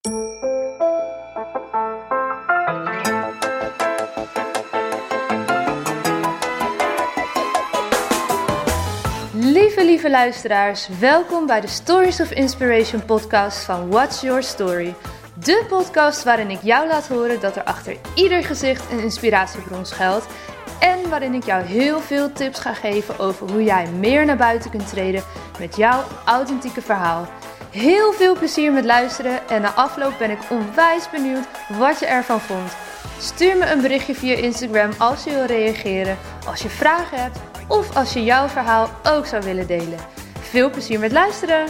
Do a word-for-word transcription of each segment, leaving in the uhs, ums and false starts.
Lieve, lieve luisteraars, welkom bij de Stories of Inspiration podcast van What's Your Story. De podcast waarin ik jou laat horen dat er achter ieder gezicht een inspiratiebron schuilt. En waarin ik jou heel veel tips ga geven over hoe jij meer naar buiten kunt treden met jouw authentieke verhaal. Heel veel plezier met luisteren en na afloop ben ik onwijs benieuwd wat je ervan vond. Stuur me een berichtje via Instagram als je wil reageren, als je vragen hebt of als je jouw verhaal ook zou willen delen. Veel plezier met luisteren!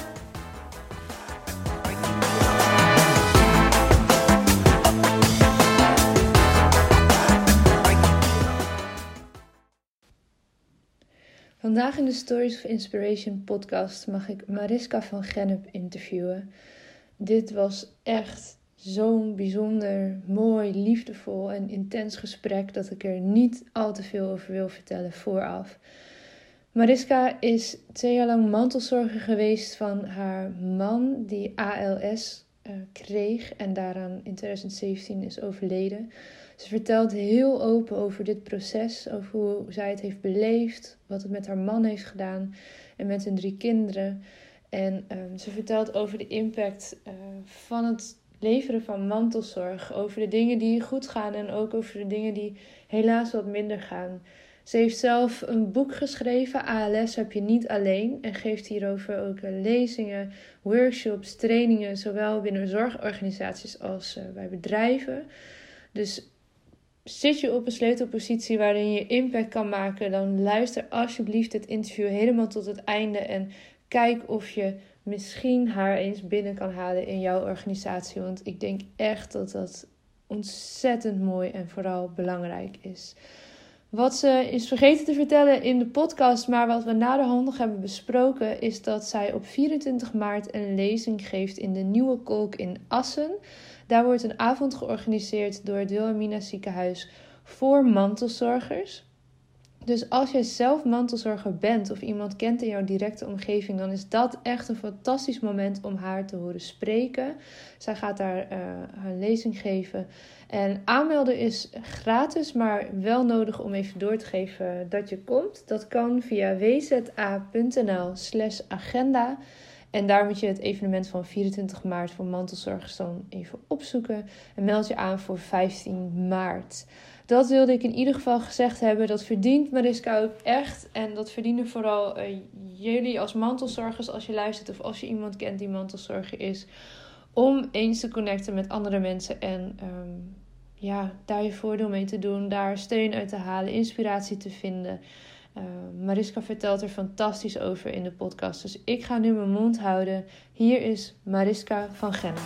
Vandaag in de Stories of Inspiration podcast mag ik Mariska van Gennep interviewen. Dit was echt zo'n bijzonder, mooi, liefdevol en intens gesprek dat ik er niet al te veel over wil vertellen vooraf. Mariska is twee jaar lang mantelzorger geweest van haar man die A L S uh, kreeg en daaraan in twintig zeventien is overleden. Ze vertelt heel open over dit proces, over hoe zij het heeft beleefd, wat het met haar man heeft gedaan en met hun drie kinderen. En um, ze vertelt over de impact uh, van het leveren van mantelzorg, over de dingen die goed gaan en ook over de dingen die helaas wat minder gaan. Ze heeft zelf een boek geschreven, A L S heb je niet alleen, en geeft hierover ook lezingen, workshops, trainingen, zowel binnen zorgorganisaties als uh, bij bedrijven. Dus zit je op een sleutelpositie waarin je impact kan maken, dan luister alsjeblieft dit interview helemaal tot het einde en kijk of je misschien haar eens binnen kan halen in jouw organisatie. Want ik denk echt dat dat ontzettend mooi en vooral belangrijk is. Wat ze is vergeten te vertellen in de podcast, maar wat we naderhand nog hebben besproken, is dat zij op vierentwintig maart een lezing geeft in de Nieuwe Kolk in Assen. Daar wordt een avond georganiseerd door het Wilhelmina Ziekenhuis voor mantelzorgers. Dus als jij zelf mantelzorger bent of iemand kent in jouw directe omgeving, dan is dat echt een fantastisch moment om haar te horen spreken. Zij gaat daar uh, een lezing geven. En aanmelden is gratis, maar wel nodig om even door te geven dat je komt. Dat kan via wza.nl slash agenda. En daar moet je het evenement van vierentwintig maart voor mantelzorgers dan even opzoeken. En meld je aan voor vijftien maart. Dat wilde ik in ieder geval gezegd hebben. Dat verdient Mariska ook echt. En dat verdienen vooral uh, jullie als mantelzorgers, als je luistert of als je iemand kent die mantelzorger is, om eens te connecten met andere mensen en um, ja, daar je voordeel mee te doen, daar steun uit te halen, inspiratie te vinden. Uh, Mariska vertelt er fantastisch over in de podcast. Dus ik ga nu mijn mond houden. Hier is Mariska van Gennep.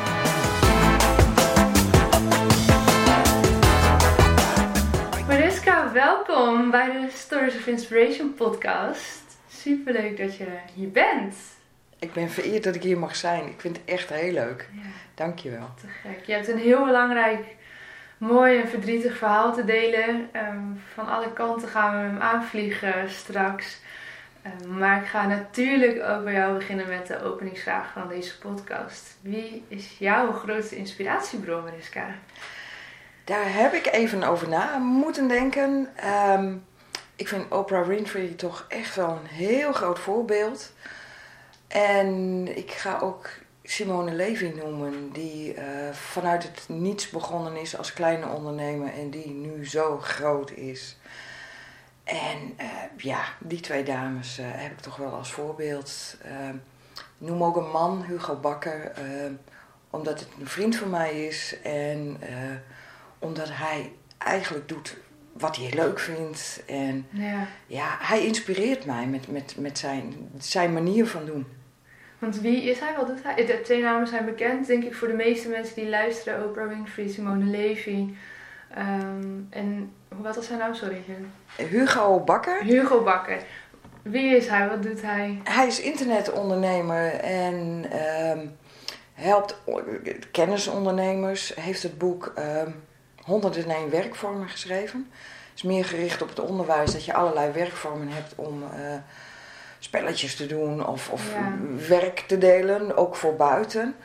Mariska, welkom bij de Stories of Inspiration podcast. Superleuk dat je hier bent. Ik ben vereerd dat ik hier mag zijn. Ik vind het echt heel leuk. Ja. Dank je wel. Te gek. Je hebt een heel belangrijk, mooi en verdrietig verhaal te delen. Um, van alle kanten gaan we hem aanvliegen straks. Um, maar ik ga natuurlijk ook bij jou beginnen met de openingsvraag van deze podcast. Wie is jouw grootste inspiratiebron, Mariska? Daar heb ik even over na moeten denken. Um, ik vind Oprah Winfrey toch echt wel een heel groot voorbeeld. En ik ga ook Simone Levy noemen, die uh, vanuit het niets begonnen is als kleine ondernemer en die nu zo groot is. En uh, ja, die twee dames uh, heb ik toch wel als voorbeeld. Uh, noem ook een man, Hugo Bakker, uh, omdat het een vriend van mij is en uh, omdat hij eigenlijk doet wat hij leuk vindt. En ja, ja hij inspireert mij met, met, met zijn, zijn manier van doen. Want wie is hij? Wat doet hij? De twee namen zijn bekend, denk ik, voor de meeste mensen die luisteren. Oprah Winfrey, Simone Levy. Um, en wat was zijn naam? Sorry. Hugo Bakker. Hugo Bakker. Wie is hij? Wat doet hij? Hij is internetondernemer en um, helpt kennisondernemers. Heeft het boek um, honderdéén werkvormen geschreven. Het is meer gericht op het onderwijs, dat je allerlei werkvormen hebt om Uh, spelletjes te doen of, of ja. werk te delen, ook voor buiten.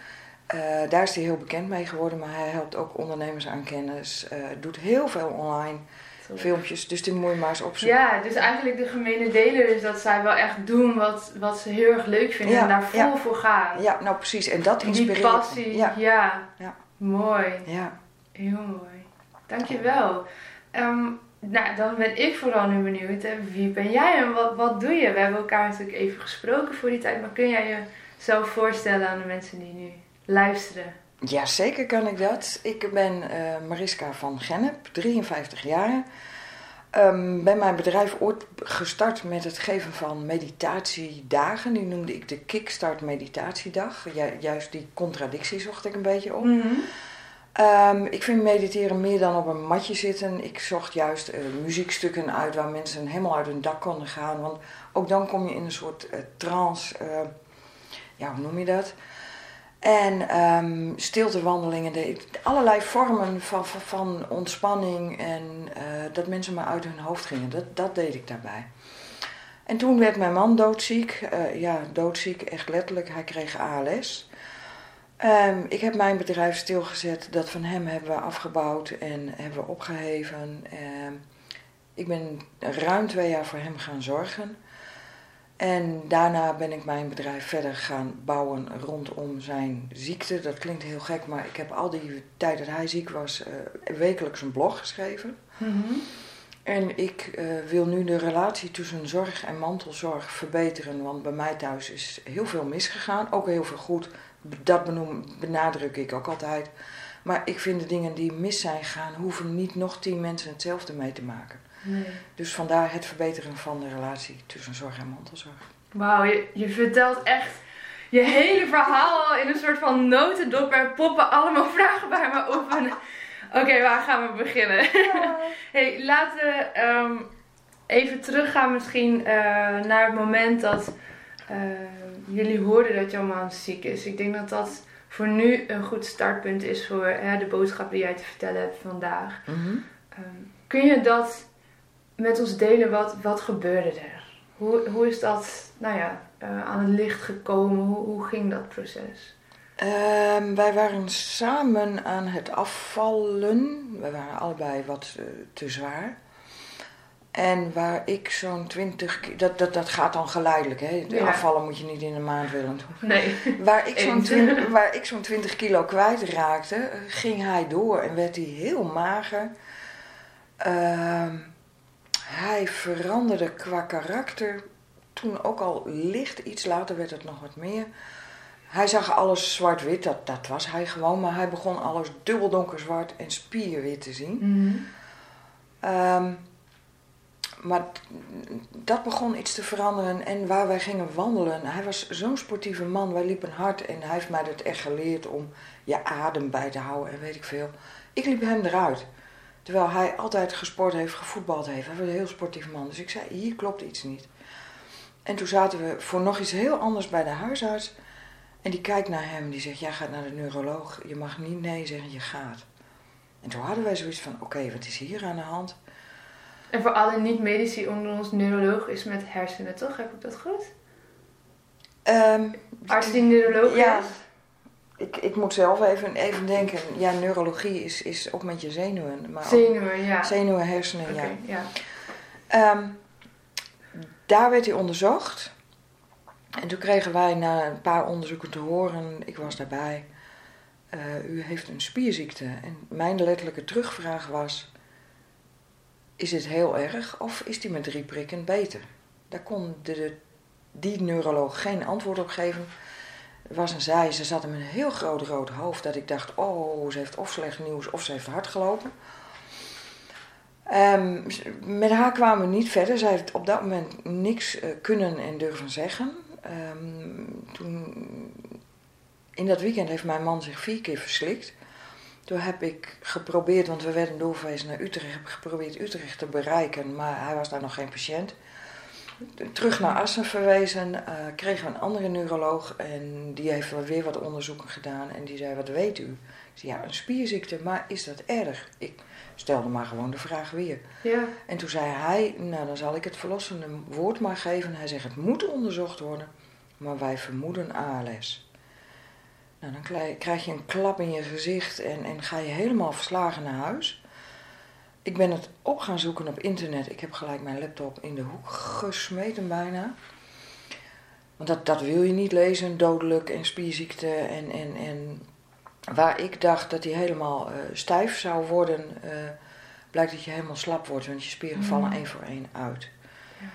Uh, daar is hij heel bekend mee geworden, maar hij helpt ook ondernemers aan kennis. Uh, doet heel veel online Sorry. filmpjes, dus die moet je maar eens opzoeken. Ja, dus eigenlijk de gemene deler is dat zij wel echt doen wat, wat ze heel erg leuk vinden ja, en daar vol ja. voor gaan. Ja, nou precies. En dat inspireert. Die passie, ja. ja. ja. Mooi. Ja. Heel mooi. Dankjewel. Um, nou, dan ben ik vooral nu benieuwd. Hè. Wie ben jij en wat, wat doe je? We hebben elkaar natuurlijk even gesproken voor die tijd, maar kun jij jezelf voorstellen aan de mensen die nu luisteren? Ja, zeker kan ik dat. Ik ben uh, Mariska van Gennep, drieënvijftig jaar. Um, ben mijn bedrijf ooit gestart met het geven van meditatiedagen. Die noemde ik de Kickstart Meditatiedag. Ju- juist die contradictie zocht ik een beetje op. Mm-hmm. Um, ik vind mediteren meer dan op een matje zitten. Ik zocht juist uh, muziekstukken uit waar mensen helemaal uit hun dak konden gaan. Want ook dan kom je in een soort uh, trance, uh, ja, hoe noem je dat? En um, stiltewandelingen, de, allerlei vormen van, van, van ontspanning en uh, dat mensen maar uit hun hoofd gingen. Dat, dat deed ik daarbij. En toen werd mijn man doodziek. Uh, ja, doodziek, echt letterlijk. Hij kreeg A L S. Um, ik heb mijn bedrijf stilgezet. Dat van hem hebben we afgebouwd en hebben we opgeheven. Um, ik ben ruim twee jaar voor hem gaan zorgen. En daarna ben ik mijn bedrijf verder gaan bouwen rondom zijn ziekte. Dat klinkt heel gek, maar ik heb al die tijd dat hij ziek was uh, wekelijks een blog geschreven. Mm-hmm. En ik uh, wil nu de relatie tussen zorg en mantelzorg verbeteren. Want bij mij thuis is heel veel misgegaan, ook heel veel goed. Dat benoem, benadruk ik ook altijd. Maar ik vind de dingen die mis zijn gegaan, hoeven niet nog tien mensen hetzelfde mee te maken. Nee. Dus vandaar het verbeteren van de relatie tussen zorg en mantelzorg. Wauw, je, je vertelt echt je hele verhaal al in een soort van notendop. Er poppen allemaal vragen bij me op. Oké, okay, waar gaan we beginnen? Ja. Hey, laten we um, even teruggaan misschien uh, naar het moment dat uh, jullie hoorden dat jouw man ziek is. Ik denk dat dat voor nu een goed startpunt is voor hè, de boodschap die jij te vertellen hebt vandaag. Mm-hmm. Um, kun je dat met ons delen? Wat, wat gebeurde er? Hoe, hoe is dat nou ja, uh, aan het licht gekomen? Hoe, hoe ging dat proces? Um, wij waren samen aan het afvallen. We waren allebei wat uh, te zwaar. En waar ik zo'n twintig... Dat, dat, dat gaat dan geleidelijk, hè? Ja. Afvallen moet je niet in een maand willen doen. Nee. Waar ik zo'n twintig, waar ik zo'n twintig kilo kwijtraakte, ging hij door en werd hij heel mager. Uh, hij veranderde qua karakter. Toen ook al licht, iets later werd het nog wat meer. Hij zag alles zwart-wit, dat, dat was hij gewoon. Maar hij begon alles dubbel donkerzwart en spierwit te zien. Mm-hmm. Um, maar dat begon iets te veranderen. En waar wij gingen wandelen, hij was zo'n sportieve man. Wij liepen hard en hij heeft mij dat echt geleerd om je adem bij te houden en weet ik veel. Ik liep hem eruit. Terwijl hij altijd gesport heeft, gevoetbald heeft. Hij was een heel sportief man. Dus ik zei, hier klopt iets niet. En toen zaten we voor nog iets heel anders bij de huisarts. En die kijkt naar hem, die zegt, jij gaat naar de neuroloog. Je mag niet nee zeggen, je gaat. En toen hadden wij zoiets van, oké, okay, wat is hier aan de hand? En voor alle niet-medici onder ons, neuroloog is met hersenen, toch? Heb ik dat goed? Um, Arts die neuroloog ja, is? Ik, ik moet zelf even, even denken. Ja, neurologie is, is ook met je zenuwen. Maar zenuwen, ja. Zenuwen, hersenen, okay, ja. ja. Um, daar werd hij onderzocht. En toen kregen wij na een paar onderzoeken te horen, ik was daarbij, uh, u heeft een spierziekte. En mijn letterlijke terugvraag was, is het heel erg of is die met drie prikken beter? Daar kon de, de, die neuroloog geen antwoord op geven. Er was een zij, ze zat met een heel groot rood hoofd, dat ik dacht, oh, ze heeft of slecht nieuws of ze heeft hard gelopen. Um, met haar kwamen we niet verder. Zij heeft op dat moment niks uh, kunnen en durven zeggen. Um, toen, in dat weekend heeft mijn man zich vier keer verslikt. Toen heb ik geprobeerd, want we werden doorverwezen naar Utrecht, heb ik geprobeerd Utrecht te bereiken, maar hij was daar nog geen patiënt. Terug naar Assen verwezen, uh, kregen we een andere neuroloog en die heeft weer wat onderzoeken gedaan en die zei, wat weet u? Ik zei, ja, een spierziekte, maar is dat erg? Ik stelde maar gewoon de vraag weer. Ja. En toen zei hij, nou dan zal ik het verlossende woord maar geven. Hij zegt, het moet onderzocht worden, maar wij vermoeden A L S. Nou, dan krijg je een klap in je gezicht en, en ga je helemaal verslagen naar huis. Ik ben het op gaan zoeken op internet. Ik heb gelijk mijn laptop in de hoek gesmeten bijna. Want dat, dat wil je niet lezen, dodelijk en spierziekte. En, en, en waar ik dacht dat hij helemaal uh, stijf zou worden, uh, blijkt dat je helemaal slap wordt. Want je spieren mm. vallen één voor één uit. Ja.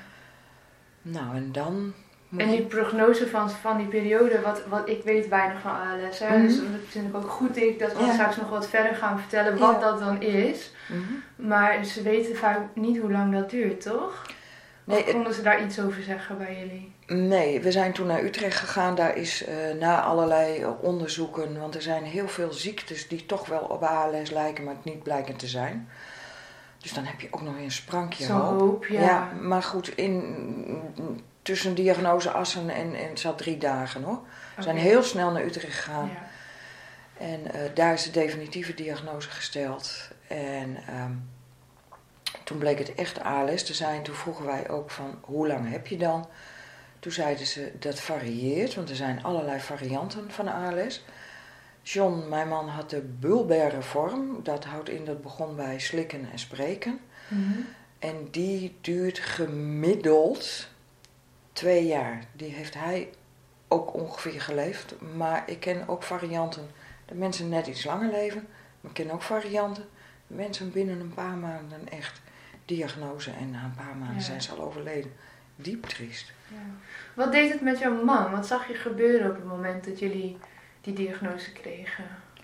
Nou, en dan... En die prognose van, van die periode, wat, wat ik weet weinig van A L S. Hè? Mm-hmm. Dus dat vind ik ook goed ik, dat we ja. straks nog wat verder gaan vertellen wat ja. dat dan is. Mm-hmm. Maar ze weten vaak niet hoe lang dat duurt, toch? Nee, of konden ze daar iets over zeggen bij jullie? Nee, we zijn toen naar Utrecht gegaan. Daar is uh, na allerlei onderzoeken, want er zijn heel veel ziektes die toch wel op A L S lijken, maar het niet blijken te zijn. Dus dan heb je ook nog een sprankje Zo'n hoop. hoop ja. ja. Maar goed, in... Tussen diagnoseassen en, en het zat drie dagen hoor. We okay. zijn heel snel naar Utrecht gegaan. Ja. En uh, daar is de definitieve diagnose gesteld. En um, toen bleek het echt A L S te zijn. Toen vroegen wij ook van, hoe lang heb je dan? Toen zeiden ze, dat varieert, want er zijn allerlei varianten van A L S. John, mijn man, had de bulbaire vorm. Dat houdt in, dat begon bij slikken en spreken. Mm-hmm. En die duurt gemiddeld... Twee jaar, die heeft hij ook ongeveer geleefd. Maar ik ken ook varianten dat mensen net iets langer leven. Maar ik ken ook varianten dat mensen binnen een paar maanden echt diagnose. En na een paar maanden ja. zijn ze al overleden. Diep triest. Ja. Wat deed het met jouw man? Wat zag je gebeuren op het moment dat jullie die diagnose kregen?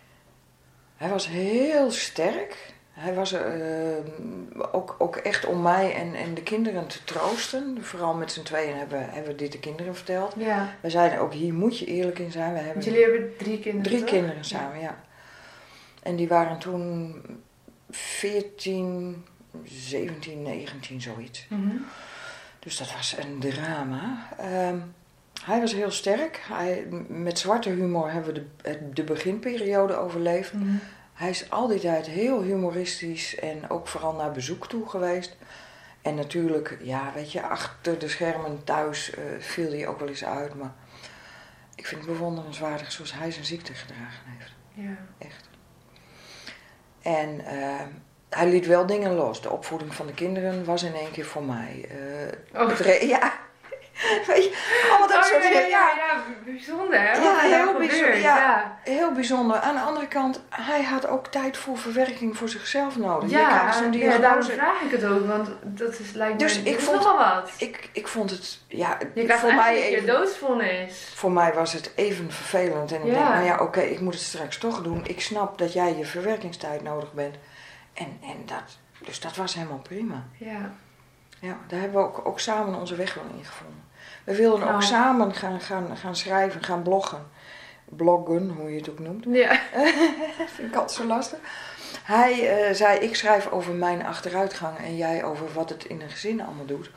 Hij was heel sterk. Hij was uh, ook, ook echt om mij en, en de kinderen te troosten. Vooral met z'n tweeën hebben, hebben we dit de kinderen verteld. Ja. We zeiden ook, hier moet je eerlijk in zijn. We hebben jullie hebben drie kinderen, Drie toch? kinderen samen, ja. ja. En die waren toen veertien, zeventien, negentien, zoiets. Mm-hmm. Dus dat was een drama. Um, hij was heel sterk. Hij, met zwarte humor hebben we de, de beginperiode overleefd. Mm-hmm. Hij is al die tijd heel humoristisch en ook vooral naar bezoek toe geweest. En natuurlijk, ja, weet je, achter de schermen thuis uh, viel hij ook wel eens uit. Maar ik vind het bewonderenswaardig zoals hij zijn ziekte gedragen heeft. Ja. Echt. En uh, hij liet wel dingen los. De opvoeding van de kinderen was in één keer voor mij. Uh, oh. Re- ja. Weet je, allemaal dat oh, soort dingen. Ja, ja, ja, bijzonder hè? Ja, heel bijzonder, ja, ja, heel bijzonder. Aan de andere kant, hij had ook tijd voor verwerking voor zichzelf nodig. Ja, zo'n ja, daarom vraag ik het ook, want dat is, lijkt dus me ik vond, nogal wat. Ik, ik vond het, ja, je krijgt voor mij even je doodsvonnis. Voor mij was het even vervelend en ik ja. denk, nou ja, oké, okay, ik moet het straks toch doen. Ik snap dat jij je verwerkingstijd nodig bent. En, en dat, dus dat was helemaal prima. Ja. Ja, daar hebben we ook, ook samen onze weg wel in gevonden. We wilden ook oh. samen gaan, gaan, gaan schrijven, gaan bloggen. Bloggen, hoe je het ook noemt. Ja. Dat vind ik altijd zo lastig. Hij uh, zei, ik schrijf over mijn achteruitgang en jij over wat het in een gezin allemaal doet.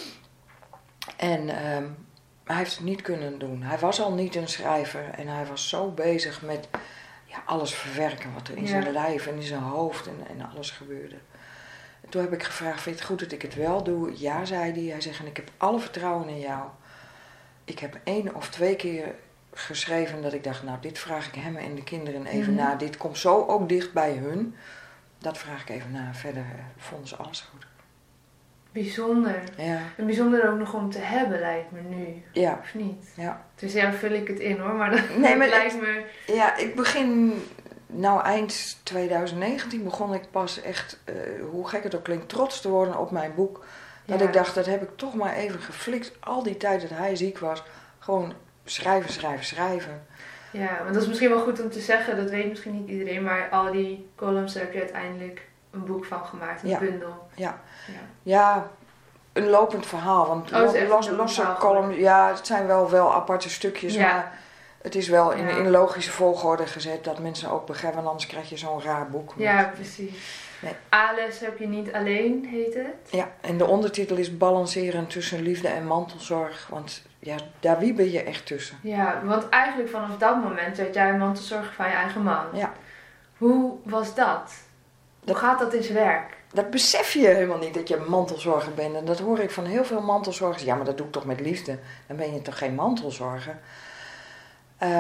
En uh, hij heeft het niet kunnen doen. Hij was al niet een schrijver en hij was zo bezig met ja, alles verwerken wat er in ja. zijn lijf en in zijn hoofd en, en alles gebeurde. En toen heb ik gevraagd, vind je het goed dat ik het wel doe? Ja, zei hij. Hij zegt, en ik heb alle vertrouwen in jou. Ik heb één of twee keer geschreven dat ik dacht, nou dit vraag ik hem en de kinderen even mm-hmm. na. Dit komt zo ook dicht bij hun. Dat vraag ik even na. Verder uh, vonden ze alles goed. Bijzonder. Ja. En bijzonder ook nog om te hebben, lijkt me nu. Ja. Of niet? Ja. Dus ja, vul ik het in hoor, maar dat, nee, maar dat lijkt ik, me... Ja, ik begin... Nou, eind twintig negentien begon ik pas echt, uh, hoe gek het ook klinkt, trots te worden op mijn boek. Dat ja. ik dacht, dat heb ik toch maar even geflikt. Al die tijd dat hij ziek was, gewoon schrijven, schrijven, schrijven. Ja, want dat is misschien wel goed om te zeggen, dat weet misschien niet iedereen, maar al die columns, daar heb je uiteindelijk een boek van gemaakt, een ja. bundel. Ja. Ja. ja, een lopend verhaal, want oh, lo- los, losse columns, ja, het zijn wel, wel aparte stukjes, ja. maar... Het is wel in, ja. in logische volgorde gezet dat mensen ook begrijpen, anders krijg je zo'n raar boek. Met, ja, precies. Nee. A L S heb je niet alleen, heet het? Ja, en de ondertitel is balanceren tussen liefde en mantelzorg, want ja, daar wiebe je echt tussen. Ja, want eigenlijk vanaf dat moment werd jij mantelzorger van je eigen man. Ja. Hoe was dat? Hoe dat, gaat dat in zijn werk? Dat besef je helemaal niet, dat je mantelzorger bent. En dat hoor ik van heel veel mantelzorgers. Ja, maar dat doe ik toch met liefde? Dan ben je toch geen mantelzorger? Um,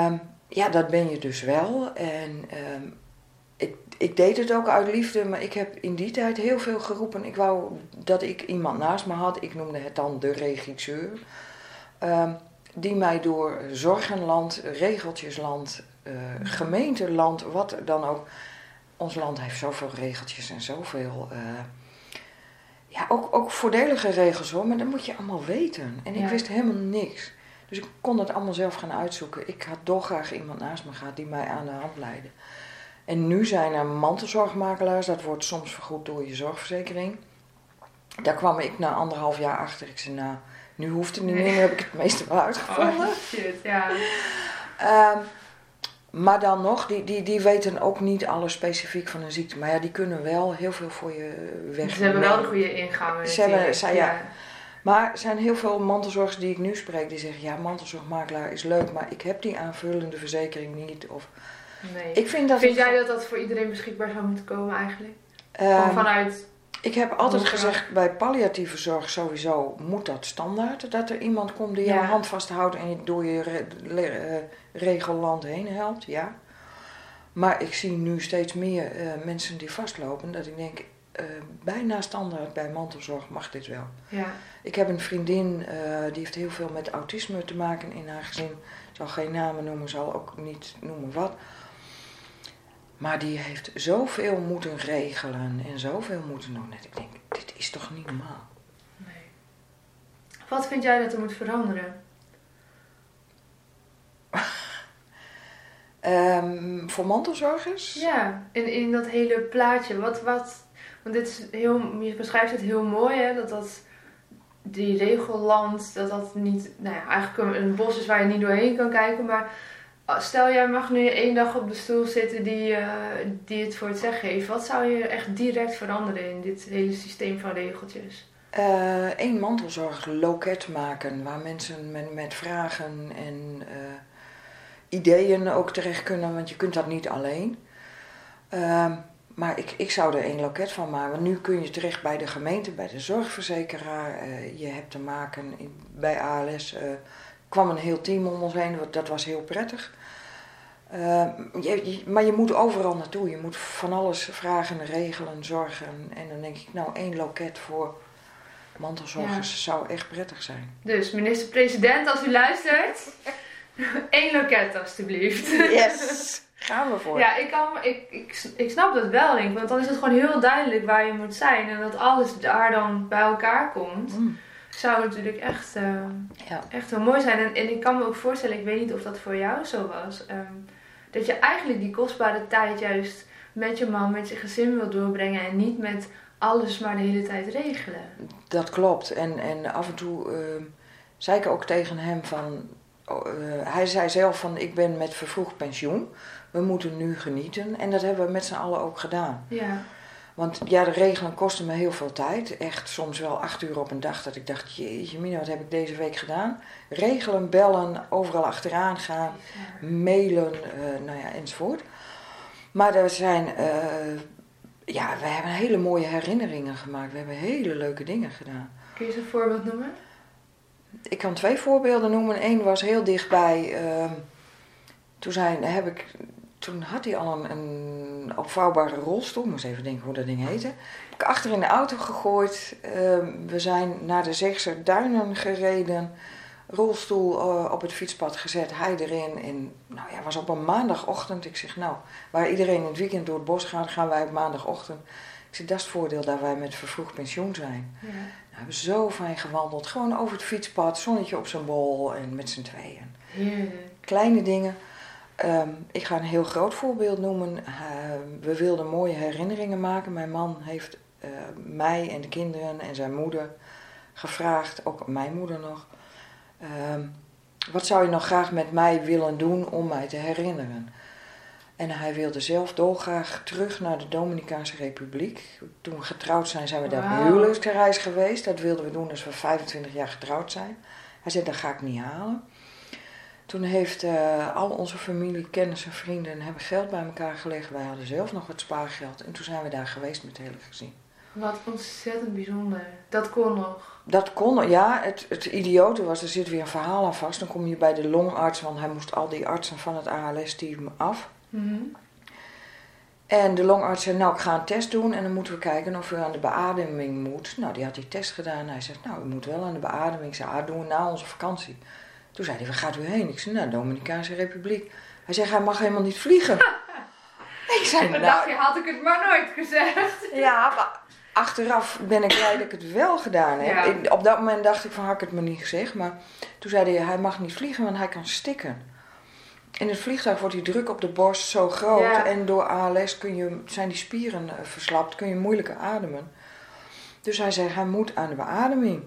ja, dat ben je dus wel. En um, ik, ik deed het ook uit liefde, maar ik heb in die tijd heel veel geroepen. Ik wou dat ik iemand naast me had. Ik noemde het dan de regisseur. Um, die mij door zorgenland, regeltjesland, uh, gemeenteland, wat dan ook. Ons land heeft zoveel regeltjes en zoveel... Uh, ja, ook, ook voordelige regels hoor, maar dat moet je allemaal weten. En ik ja. wist helemaal niks. Dus ik kon het allemaal zelf gaan uitzoeken. Ik had dolgraag iemand naast me gehad die mij aan de hand leidde. En nu zijn er mantelzorgmakelaars, dat wordt soms vergoed door je zorgverzekering. Daar kwam ik na anderhalf jaar achter. Ik zei, nou, nu hoeft het niet meer, nu heb ik het meeste wel uitgevonden. Oh shit, ja. Um, maar dan nog, die, die, die weten ook niet alles specifiek van een ziekte. Maar ja, die kunnen wel heel veel voor je wegnemen. Ze hebben wel de goede ingang. Ze hebben, ze, ja. ja. Maar er zijn heel veel mantelzorgers die ik nu spreek, die zeggen, ja, mantelzorgmakelaar is leuk, maar ik heb die aanvullende verzekering niet. Of, nee. ik vind dat vind jij dat dat voor iedereen beschikbaar zou moeten komen eigenlijk? Um, vanuit... Ik heb altijd gezegd, bij palliatieve zorg sowieso moet dat standaard. Dat er iemand komt die ja. je hand vasthoudt en je door je re- re- regelland heen helpt, ja. Maar ik zie nu steeds meer uh, mensen die vastlopen, dat ik denk, uh, bijna standaard bij mantelzorg mag dit wel. Ja. Ik heb een vriendin, uh, die heeft heel veel met autisme te maken in haar gezin. Zal geen namen noemen, zal ook niet noemen wat. Maar die heeft zoveel moeten regelen en zoveel moeten doen. Dat ik denk, dit is toch niet normaal? Nee. Wat vind jij dat er moet veranderen? um, voor mantelzorgers? Ja, in, in dat hele plaatje. Wat, wat, want dit is heel, je beschrijft het heel mooi, hè? Dat dat, die regelland, dat dat niet, nou ja, eigenlijk een bos is waar je niet doorheen kan kijken, maar... Stel, jij mag nu één dag op de stoel zitten die, uh, die het voor het zeggen heeft. Wat zou je echt direct veranderen in dit hele systeem van regeltjes? Eén uh, mantelzorgloket maken waar mensen met, met vragen en uh, ideeën ook terecht kunnen. Want je kunt dat niet alleen. Uh, maar ik, ik zou er één loket van maken. Want nu kun je terecht bij de gemeente, bij de zorgverzekeraar. Uh, je hebt te maken in, bij A L S... Uh, kwam een heel team om ons heen, dat was heel prettig. Uh, je, je, maar je moet overal naartoe, je moet van alles vragen, regelen, zorgen. En dan denk ik, nou, één loket voor mantelzorgers ja. zou echt prettig zijn. Dus minister-president, als u luistert, één loket alstublieft. Yes, gaan we voor. Ja, ik, kan, ik, ik, ik snap dat wel, denk ik, want dan is het gewoon heel duidelijk waar je moet zijn. En dat alles daar dan bij elkaar komt. Mm. Zou natuurlijk echt, uh, ja. echt heel mooi zijn. En, en ik kan me ook voorstellen, ik weet niet of dat voor jou zo was, um, dat je eigenlijk die kostbare tijd juist met je man, met je gezin wil doorbrengen en niet met alles maar de hele tijd regelen. Dat klopt. En, en af en toe uh, zei ik ook tegen hem van, uh, hij zei zelf van, ik ben met vervroegd pensioen, we moeten nu genieten. En dat hebben we met z'n allen ook gedaan. Ja. Want ja, de regelen kosten me heel veel tijd. Echt soms wel acht uur op een dag dat ik dacht, jeetje mina, wat heb ik deze week gedaan? Regelen, bellen, overal achteraan gaan, ja. mailen, uh, nou ja, enzovoort. Maar er zijn, uh, ja, we hebben hele mooie herinneringen gemaakt. We hebben hele leuke dingen gedaan. Kun je eens een voorbeeld noemen? Ik kan twee voorbeelden noemen. Eén was heel dichtbij. Uh, toen zijn, heb ik... Toen had hij al een, een opvouwbare rolstoel. Ik moest even denken hoe dat ding heette. Heb ik achter in de auto gegooid. Uh, we zijn naar de Zegser Duinen gereden. Rolstoel uh, op het fietspad gezet. Hij erin. En nou ja, was op een maandagochtend. Ik zeg nou, waar iedereen in het weekend door het bos gaat, gaan wij op maandagochtend. Ik zeg, dat is het voordeel dat wij met vervroegd pensioen zijn. Ja. Nou, we hebben zo fijn gewandeld. Gewoon over het fietspad. Zonnetje op zijn bol. En met z'n tweeën. Heerlijk. Kleine dingen. Um, ik ga een heel groot voorbeeld noemen. Uh, we wilden mooie herinneringen maken. Mijn man heeft uh, mij en de kinderen en zijn moeder gevraagd, ook mijn moeder nog. Um, wat zou je nog graag met mij willen doen om mij te herinneren? En hij wilde zelf dolgraag terug naar de Dominicaanse Republiek. Toen we getrouwd zijn, zijn we daar wow. op huwelijksreis geweest. Dat wilden we doen als we vijfentwintig jaar getrouwd zijn. Hij zei, dat ga ik niet halen. Toen heeft uh, al onze familie, kennissen en vrienden hebben geld bij elkaar gelegd. Wij hadden zelf nog wat spaargeld. En toen zijn we daar geweest met het hele gezin. Wat ontzettend bijzonder. Dat kon nog. Dat kon, ja. Het, het idiote was, er zit weer een verhaal aan vast. Dan kom je bij de longarts, want hij moest al die artsen van het A L S-team af. Mm-hmm. En de longarts zei, nou ik ga een test doen en dan moeten we kijken of u aan de beademing moet. Nou, die had die test gedaan. Hij zegt, nou u moet wel aan de beademing. Ik zei, ah, doen we na onze vakantie. Toen zei hij, waar gaat u heen? Ik zei, nou, Dominicaanse Republiek. Hij zegt, hij mag helemaal niet vliegen. Ik zei, Dan nou, dacht je, had ik het maar nooit gezegd. ja, maar achteraf ben ik blij dat ik het wel gedaan heb. Ja. Ik, op dat moment dacht ik van, had ik het me niet gezegd. Maar toen zei hij, hij mag niet vliegen, want hij kan stikken. In het vliegtuig wordt die druk op de borst zo groot. Ja. En door A L S kun je, zijn die spieren uh, verslapt, kun je moeilijker ademen. Dus hij zei, hij moet aan de beademing.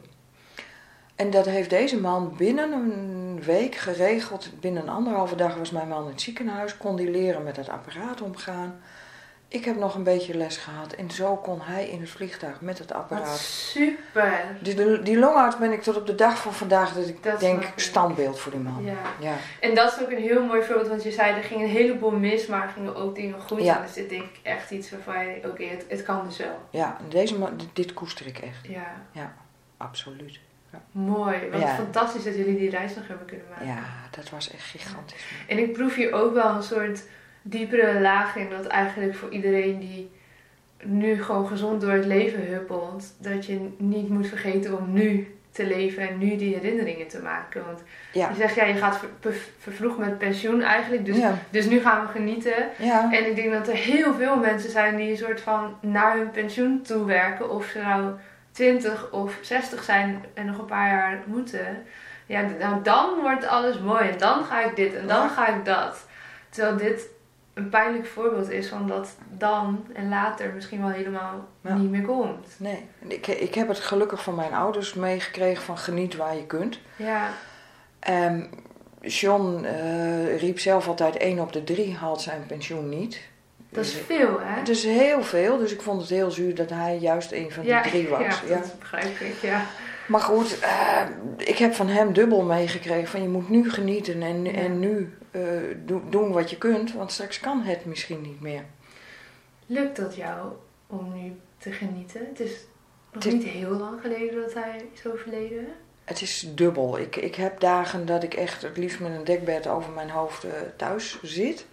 En dat heeft deze man binnen een week geregeld. Binnen een anderhalve dag was mijn man in het ziekenhuis. Kon die leren met het apparaat omgaan. Ik heb nog een beetje les gehad. En zo kon hij in het vliegtuig met het apparaat. Wat super. Die, die longarts ben ik tot op de dag van vandaag, dat ik Dat denk, snap ik. standbeeld voor die man. Ja. Ja. En dat is ook een heel mooi voorbeeld, want je zei er ging een heleboel mis, maar er gingen ook dingen goed. Ja. En dus dit denk ik echt iets waarvan je, oké, het, het kan dus wel. Ja, deze man, dit, dit koester ik echt. Ja. Absoluut. Mooi. Wat Ja. fantastisch dat jullie die reis nog hebben kunnen maken. Ja, dat was echt gigantisch. En ik proef hier ook wel een soort diepere laag in, dat eigenlijk voor iedereen die nu gewoon gezond door het leven huppelt, dat je niet moet vergeten om nu te leven en nu die herinneringen te maken. Want Ja. je zegt, ja, je gaat ver, ver- vervroegd met pensioen eigenlijk, dus, Ja. dus nu gaan we genieten. Ja. En ik denk dat er heel veel mensen zijn die een soort van naar hun pensioen toe werken, of ze nou twintig of zestig zijn en nog een paar jaar moeten. Ja, nou dan wordt alles mooi en dan ga ik dit en dan Ja. ga ik dat. Terwijl dit een pijnlijk voorbeeld is van dat dan en later misschien wel helemaal Ja. niet meer komt. Nee, ik, ik heb het gelukkig van mijn ouders meegekregen van geniet waar je kunt. Ja, Um, John uh, riep zelf altijd één op de drie haalt zijn pensioen niet. dat is Dus, veel, hè? het is heel veel, dus ik vond het heel zuur dat hij juist een van die ja, drie was. ja, Ja. dat begrijp ik, ja. Maar goed, uh, ik heb van hem dubbel meegekregen van je moet nu genieten en, Ja. en nu uh, do, doen wat je kunt, want straks kan het misschien niet meer. Lukt dat jou om nu te genieten? Het is nog Het is- niet heel lang geleden dat hij is overleden. Het is dubbel. Ik, ik heb dagen dat ik echt het liefst met een dekbed over mijn hoofd uh, thuis zit.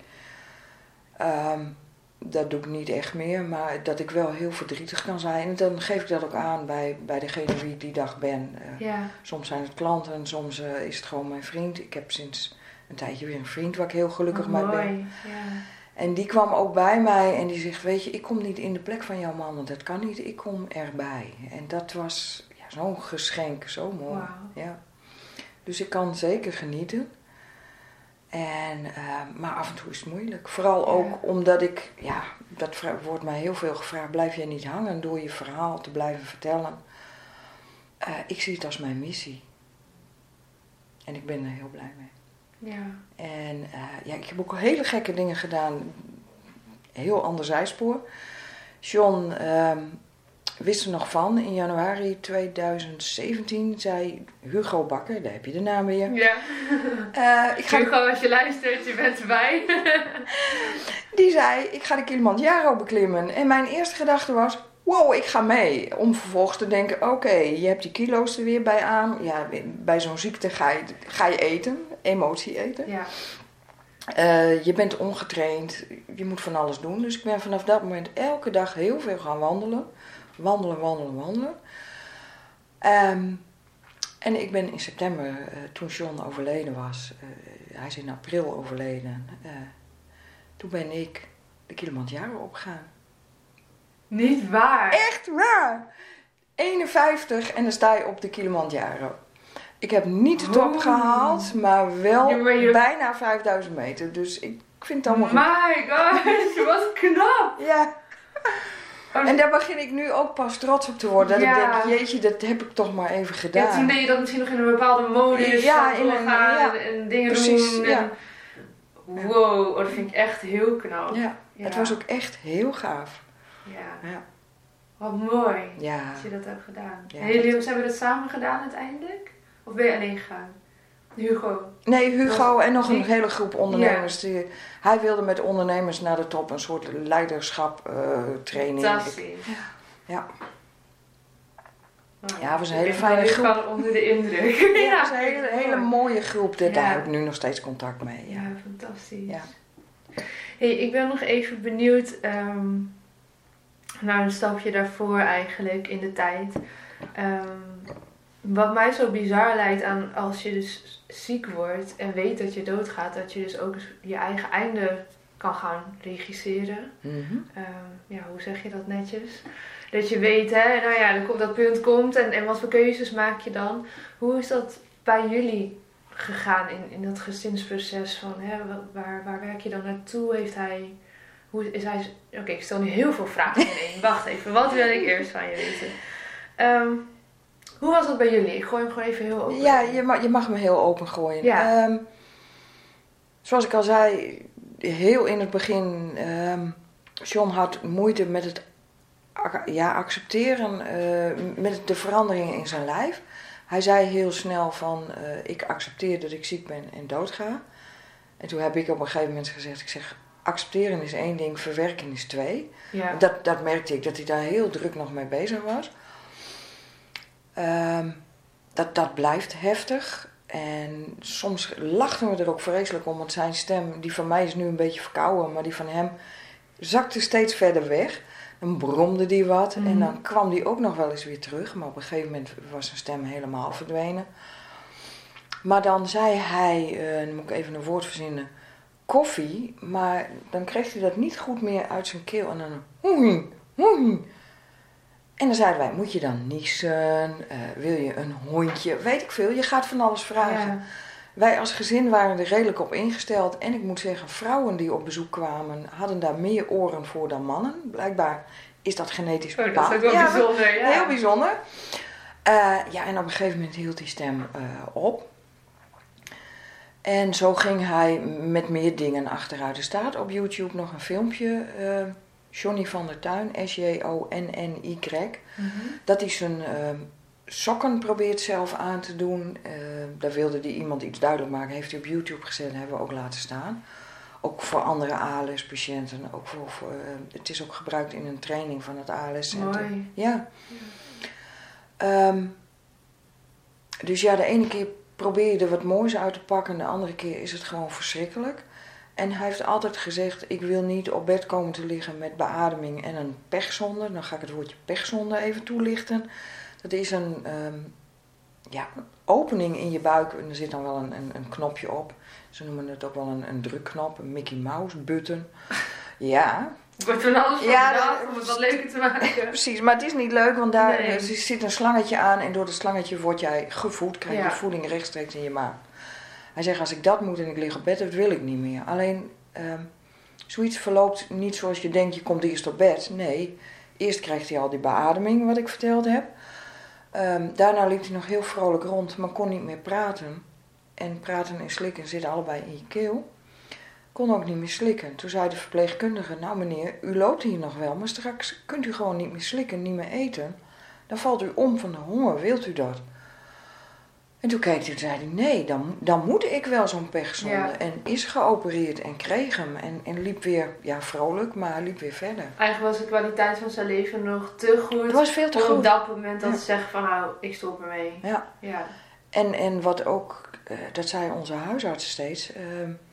Um, dat doe ik niet echt meer, maar dat ik wel heel verdrietig kan zijn. En dan geef ik dat ook aan bij, bij degene wie ik die dag ben. Uh, Ja, Soms zijn het klanten, soms uh, is het gewoon mijn vriend. Ik heb sinds een tijdje weer een vriend waar ik heel gelukkig wat mee mooi. ben. Ja. En die kwam ook bij mij en die zegt, weet je, ik kom niet in de plek van jouw man, want dat kan niet. Ik kom erbij. En dat was ja, zo'n geschenk, zo mooi. Wauw. Ja. Dus ik kan zeker genieten. En, uh, maar af en toe is het moeilijk. Vooral ook Ja. omdat ik, ja, dat vra- wordt mij heel veel gevraagd, blijf jij niet hangen door je verhaal te blijven vertellen. Uh, ik zie het als mijn missie. En ik ben er heel blij mee. Ja. En uh, ja, ik heb ook hele gekke dingen gedaan. Heel ander zijspoor. John um, wist er nog van. In januari tweeduizend zeventien zei Hugo Bakker, daar heb je de naam weer. Ja. Uh, ik ga Hugo, als je luistert, je bent erbij. Die zei, ik ga de Kilimanjaro beklimmen. En mijn eerste gedachte was, wow, ik ga mee. Om vervolgens te denken, oké, okay, je hebt die kilo's er weer bij aan. Ja, bij zo'n ziekte ga je, ga je eten, emotie eten. Ja. Uh, je bent ongetraind, je moet van alles doen. Dus ik ben vanaf dat moment elke dag heel veel gaan wandelen. Wandelen, wandelen, wandelen. Um, en ik ben in september, uh, toen John overleden was, uh, hij is in april overleden. Uh, toen ben ik de Kilimanjaro opgegaan. Niet waar. Echt waar! eenenvijftig en dan sta je op de Kilimanjaro. Ik heb niet de top Oh. gehaald, maar wel Ja, maar je- bijna vijfduizend meter. Dus ik vind het allemaal goed. My god, wat knap. Ja. Oh, En daar begin ik nu ook pas trots op te worden. Dat Ja. ik denk, jeetje, dat heb ik toch maar even gedaan. ja, toen deed je dat misschien nog in een bepaalde modus. Ja, van in een- doorgaan ja. en, en dingen Precies, doen. ja. En, wow, oh, dat vind ik echt heel knap. Ja, Ja. het was ook echt heel gaaf. Ja, Ja. wat mooi Ja. dat je dat hebt gedaan. Ja. En jullie hebben- hebben dat samen gedaan uiteindelijk? Of ben je alleen gegaan? Hugo. Nee, Hugo Was- en nog een die- hele groep ondernemers. Die, hij wilde met ondernemers naar de top een soort leiderschap uh, training. Fantastisch. Ja. Nou, ja, het was een hele fijne groep. Ik ben onder de indruk. Ja, ja, het was een hele, hele mooie groep. Daar ja. heb ik nu nog steeds contact mee. Ja, ja fantastisch. Ja. Hey, ik ben nog even benieuwd um, naar een stapje daarvoor eigenlijk in de tijd. Um, wat mij zo bizar lijkt aan als je dus ziek wordt en weet dat je doodgaat, dat je dus ook je eigen einde kan gaan regisseren. Mm-hmm. Um, ja, hoe zeg je dat netjes? Dat je weet, hè, nou ja, dan komt dat punt komt en, en wat voor keuzes maak je dan? Hoe is dat bij jullie gegaan in, in dat gezinsproces van, hè, waar, waar werk je dan naartoe? Heeft hij, hoe is hij, oké, okay, ik stel nu heel veel vragen in één. Wacht even, wat wil ik eerst van je weten? Um, hoe was dat bij jullie? Ik gooi hem gewoon even heel open. Ja, je mag, je mag me heel open gooien. Ja. Um, zoals ik al zei, heel in het begin, um, John had moeite met het ja, accepteren, uh, met de veranderingen in zijn lijf. Hij zei heel snel van, uh, ik accepteer dat ik ziek ben en doodga. En toen heb ik op een gegeven moment gezegd, ik zeg, accepteren is één ding, verwerken is twee. Ja. Dat, dat merkte ik, dat hij daar heel druk nog mee bezig was. Um, dat, dat blijft heftig. En soms lachten we er ook vreselijk om, want zijn stem, die van mij is nu een beetje verkouden, maar die van hem zakte steeds verder weg. Dan bromde die wat mm. en dan kwam die ook nog wel eens weer terug. Maar op een gegeven moment was zijn stem helemaal verdwenen. Maar dan zei hij, uh, dan moet ik even een woord verzinnen, koffie. Maar dan kreeg hij dat niet goed meer uit zijn keel. En dan, hoei, hoei. En dan zeiden wij, moet je dan niezen? Uh, wil je een hondje? Weet ik veel, je gaat van alles vragen. Ja. Wij als gezin waren er redelijk op ingesteld. En ik moet zeggen, vrouwen die op bezoek kwamen, hadden daar meer oren voor dan mannen. Blijkbaar is dat genetisch bepaald. Oh, dat is ook wel ja, bijzonder, ja. Heel bijzonder. Uh, ja, en op een gegeven moment hield die stem uh, op. En zo ging hij met meer dingen achteruit. Er staat op YouTube nog een filmpje, uh, Johnny van der Tuin, S J O N N Y. Mm-hmm. Dat hij zijn uh, sokken probeert zelf aan te doen. Uh, daar wilde hij iemand iets duidelijk maken. Heeft hij op YouTube gezet en hebben we ook laten staan. Ook voor andere A L S-patiënten. Ook voor, voor, uh, het is ook gebruikt in een training van het A L S-centrum. Ja. ja. Um, dus ja, de ene keer probeer je er wat moois uit te pakken. De andere keer is het gewoon verschrikkelijk. En hij heeft altijd gezegd, ik wil niet op bed komen te liggen met beademing en een pechzonde. Dan ga ik het woordje pechzonde even toelichten. Dat is een um, ja, opening in je buik en er zit dan wel een, een, een knopje op. Ze noemen het ook wel een, een drukknop, een Mickey Mouse button. Ja. Er wordt van alles van ja, gedaan om het wat leuker te maken. Precies, maar het is niet leuk, want daar nee. zit een slangetje aan en door dat slangetje word jij gevoed, krijg je ja. voeding rechtstreeks in je maag. Hij zegt, als ik dat moet en ik lig op bed, dat wil ik niet meer. Alleen, um, zoiets verloopt niet zoals je denkt, je komt eerst op bed. Nee, eerst krijgt hij al die beademing, wat ik verteld heb. Um, daarna liep hij nog heel vrolijk rond, maar kon niet meer praten. En praten en slikken zitten allebei in je keel. Kon ook niet meer slikken. Toen zei de verpleegkundige, nou meneer, u loopt hier nog wel, maar straks kunt u gewoon niet meer slikken, niet meer eten. Dan valt u om van de honger, wilt u dat? En toen keek hij en zei hij, nee, dan, dan moet ik wel zo'n pechzonde. Ja. En is geopereerd en kreeg hem. En, en liep weer, ja vrolijk, maar hij liep weer verder. Eigenlijk was de kwaliteit van zijn leven nog te goed. Het was veel te goed. Op dat moment dat ja. ze zeggen van, nou, ik stop ermee. Ja. ja. En, en wat ook, uh, dat zei onze huisarts steeds. Uh,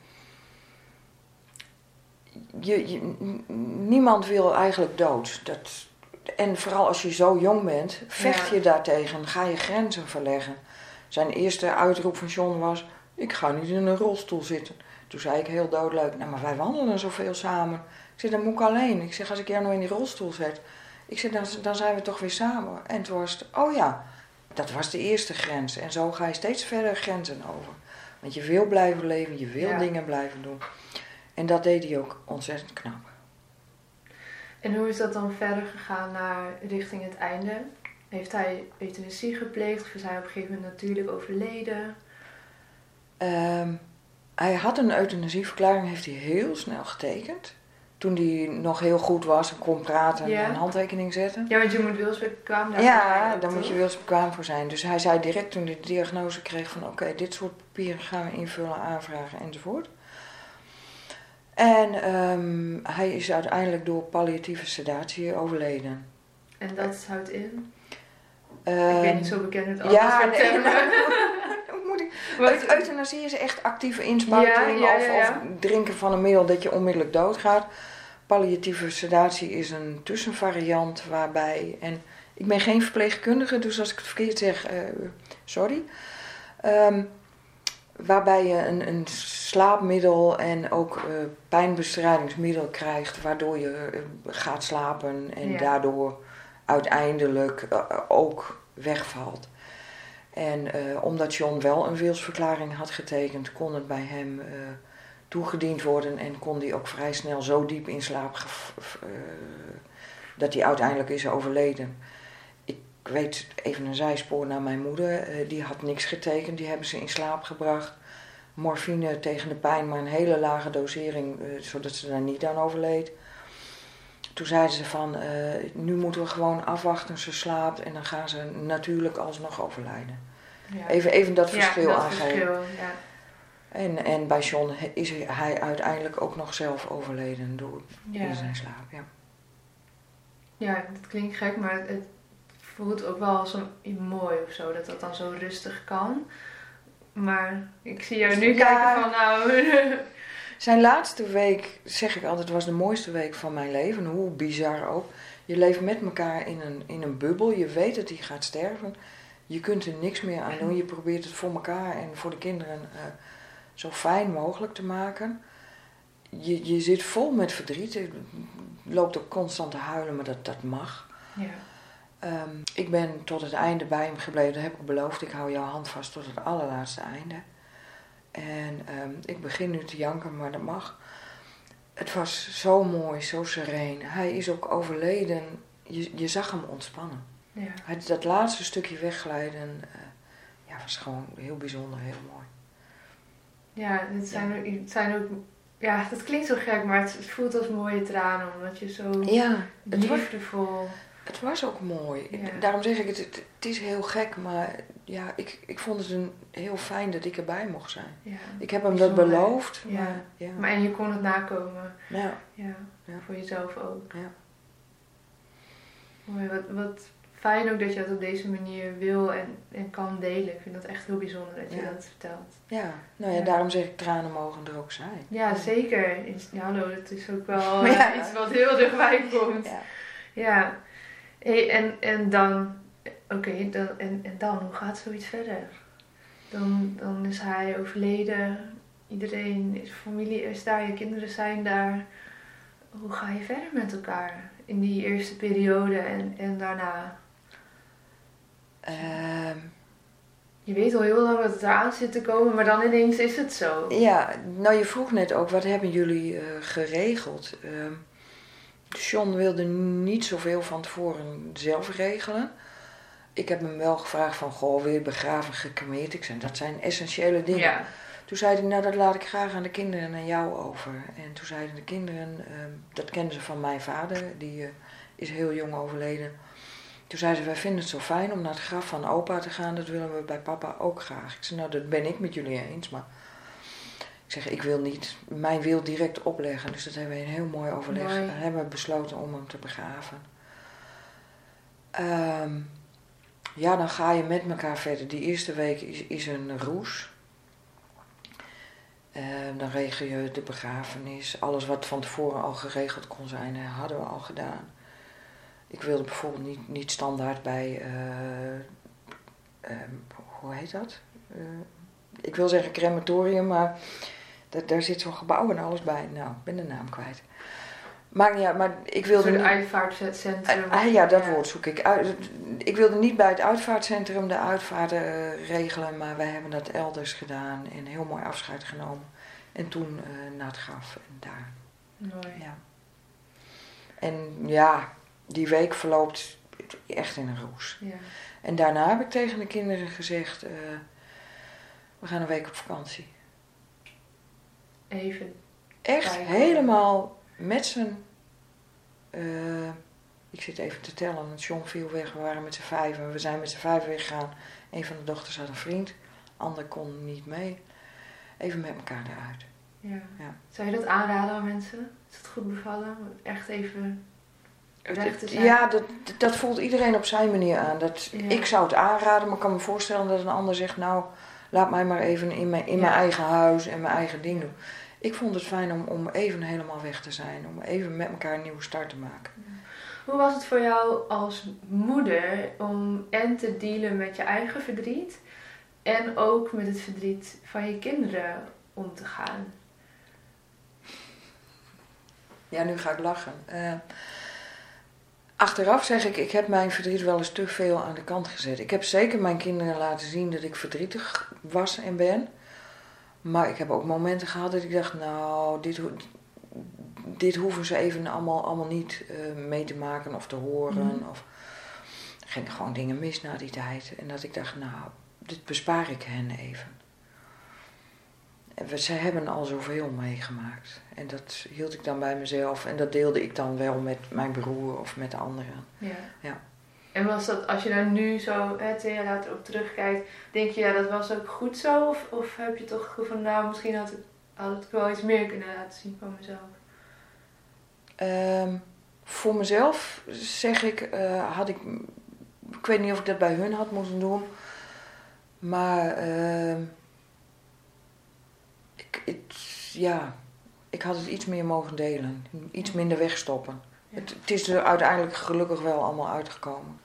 je, je, niemand wil eigenlijk dood. Dat, en vooral als je zo jong bent, vecht ja. je daartegen. Ga je grenzen verleggen. Zijn eerste uitroep van John was, ik ga niet in een rolstoel zitten. Toen zei ik heel doodleuk, nou maar wij wandelen zoveel samen. Ik zeg, dan moet ik alleen. Ik zeg, als ik jou nou in die rolstoel zet, ik zeg, dan, dan zijn we toch weer samen. En toen was het, oh ja, dat was de eerste grens. En zo ga je steeds verder grenzen over. Want je wil blijven leven, je wil ja. dingen blijven doen. En dat deed hij ook ontzettend knap. En hoe is dat dan verder gegaan naar richting het einde? Heeft hij euthanasie gepleegd of is hij op een gegeven moment natuurlijk overleden? Um, hij had een euthanasieverklaring, heeft hij heel snel getekend. Toen hij nog heel goed was en kon praten ja. en een handtekening zetten. Ja, want je moet wilsbekwaam daarvoor ja, zijn. Ja, daar moet je wilsbekwaam voor zijn. Dus hij zei direct toen hij de diagnose kreeg van oké, okay, dit soort papieren gaan we invullen, aanvragen enzovoort. En um, hij is uiteindelijk door palliatieve sedatie overleden. En dat houdt in? Uh, ik ben niet zo bekend met al ja, dat soort nee, termen. nou, moet ik, Eut- euthanasie is echt actieve inspuiting ja, ja, of, ja, ja. of drinken van een middel dat je onmiddellijk doodgaat. Palliatieve sedatie is een tussenvariant waarbij, en ik ben geen verpleegkundige, dus als ik het verkeerd zeg, uh, sorry. Um, waarbij je een, een slaapmiddel en ook uh, pijnbestrijdingsmiddel krijgt, waardoor je uh, gaat slapen en ja. daardoor uiteindelijk uh, ook wegvalt. En uh, omdat John wel een wilsverklaring had getekend, kon het bij hem uh, toegediend worden en kon hij ook vrij snel zo diep in slaap ge- uh, dat hij uiteindelijk is overleden. Ik weet even een zijspoor naar mijn moeder, uh, die had niks getekend, die hebben ze in slaap gebracht. Morfine tegen de pijn, maar een hele lage dosering, uh, zodat ze daar niet aan overleed. Toen zeiden ze van, uh, nu moeten we gewoon afwachten, ze slaapt en dan gaan ze natuurlijk alsnog overlijden. Ja. Even, even dat verschil ja, dat aangeven. Verschil, ja. En, en bij John is hij uiteindelijk ook nog zelf overleden door ja. in zijn slaap. Ja. ja, dat klinkt gek, maar het, het voelt ook wel zo mooi of zo, dat dat dan zo rustig kan. Maar ik zie jou nu ja. kijken van nou... Zijn laatste week, zeg ik altijd, was de mooiste week van mijn leven. Hoe bizar ook. Je leeft met elkaar in een, in een bubbel. Je weet dat hij gaat sterven. Je kunt er niks meer aan doen. Je probeert het voor elkaar en voor de kinderen uh, zo fijn mogelijk te maken. Je, je zit vol met verdriet. Je loopt ook constant te huilen, maar dat, dat mag. Ja. Um, ik ben tot het einde bij hem gebleven. Dat heb ik beloofd. Ik hou jouw hand vast tot het allerlaatste einde. En um, ik begin nu te janken, maar dat mag. Het was zo mooi, zo sereen. Hij is ook overleden. Je, je zag hem ontspannen. Ja. Hij, dat laatste stukje wegglijden uh, ja, was gewoon heel bijzonder, heel mooi. Ja, het zijn, ja. Ook, het zijn ook... Ja, dat klinkt zo gek, maar het, het voelt als mooie tranen. Omdat je zo ja, liefdevol... Het was ook mooi. Ja. Daarom zeg ik het, het, het is heel gek, maar ja, ik, ik vond het een, heel fijn dat ik erbij mocht zijn. Ja. Ik heb hem dat beloofd. Ja. Maar, ja. maar en je kon het nakomen. Ja. Ja, ja. Voor jezelf ook. Ja. Mooi, wat, wat fijn ook dat je dat op deze manier wil en, en kan delen. Ik vind dat echt heel bijzonder dat je ja. dat vertelt. Ja, nou ja, ja, daarom zeg ik tranen mogen er ook zijn. Ja, zeker. Ja, hallo, dat is ook wel ja. uh, iets wat heel dichtbij komt. Ja. ja. Hey, en, en dan, oké, okay, dan, en, en dan, hoe gaat zoiets verder? Dan, dan is hij overleden, iedereen, is familie is daar, je kinderen zijn daar. Hoe ga je verder met elkaar in die eerste periode en, en daarna? Uh, je weet al heel lang dat het eraan zit te komen, maar dan ineens is het zo. Ja, nou je vroeg net ook, wat hebben jullie uh, geregeld? Uh, John wilde niet zoveel van tevoren zelf regelen. Ik heb hem wel gevraagd van, goh, wil je begraven, gecremeerd? Ik zei, dat zijn essentiële dingen. Ja. Toen zei hij, nou dat laat ik graag aan de kinderen en aan jou over. En toen zeiden de kinderen, uh, dat kenden ze van mijn vader, die uh, is heel jong overleden. Toen zeiden ze, wij vinden het zo fijn om naar het graf van opa te gaan, dat willen we bij papa ook graag. Ik zei, nou dat ben ik met jullie eens, maar... Ik zeg, ik wil niet mijn wil direct opleggen. Dus dat hebben we een heel mooi overleg. Mooi. En hebben we besloten om hem te begraven. Um, ja, dan ga je met elkaar verder. Die eerste week is, is een roes. Uh, dan regel je de begrafenis. Alles wat van tevoren al geregeld kon zijn, hadden we al gedaan. Ik wilde bijvoorbeeld niet, niet standaard bij... Uh, uh, hoe heet dat? Uh, ik wil zeggen crematorium, maar... Dat, daar zit zo'n gebouw en alles bij. Nou, ik ben de naam kwijt. Maakt niet uit, maar ik wilde... Een uitvaartcentrum. Ah, ja, dat ja. woord zoek ik. Ik wilde niet bij het uitvaartcentrum de uitvaart uh, regelen, maar wij hebben dat elders gedaan en heel mooi afscheid genomen. En toen uh, naar het graf en daar. Mooi. Ja. En ja, die week verloopt echt in een roes. Ja. En daarna heb ik tegen de kinderen gezegd, uh, we gaan een week op vakantie. Even. Echt kijken. Helemaal met z'n... Uh, ik zit even te tellen, want John viel weg. We waren met z'n vijven. We zijn met z'n vijven weggegaan. Een van de dochters had een vriend. Ander kon niet mee. Even met elkaar eruit. Ja. Ja. Zou je dat aanraden aan mensen? Is dat goed bevallen? Echt even... recht te zijn? Ja, dat, dat voelt iedereen op zijn manier aan. Dat, Ja. Ik zou het aanraden, maar ik kan me voorstellen dat een ander zegt... nou, laat mij maar even in mijn, in Ja. mijn eigen huis en mijn eigen ding doen. Ik vond het fijn om, om even helemaal weg te zijn. Om even met elkaar een nieuwe start te maken. Hoe was het voor jou als moeder om en te dealen met je eigen verdriet... en ook met het verdriet van je kinderen om te gaan? Ja, nu ga ik lachen. Uh, achteraf zeg ik, ik heb mijn verdriet wel eens te veel aan de kant gezet. Ik heb zeker mijn kinderen laten zien dat ik verdrietig was en ben. Maar ik heb ook momenten gehad dat ik dacht, nou, dit, dit hoeven ze even allemaal, allemaal niet uh, mee te maken of te horen. Mm. Of, er gingen gewoon dingen mis na die tijd. En dat ik dacht, nou, dit bespaar ik hen even. En ze hebben al zoveel meegemaakt. En dat hield ik dan bij mezelf. En dat deelde ik dan wel met mijn broer of met anderen. Ja. Ja. En was dat, als je daar nu zo hè, twee jaar later op terugkijkt, denk je, ja, dat was ook goed zo? Of, of heb je toch het gevoel van, nou, misschien had ik, had ik wel iets meer kunnen laten zien van mezelf? Um, voor mezelf zeg ik, uh, had ik, ik weet niet of ik dat bij hun had moeten doen. Maar uh, ik, ik, ja, ik had het iets meer mogen delen. Iets minder wegstoppen. Ja. Het, het is er uiteindelijk gelukkig wel allemaal uitgekomen.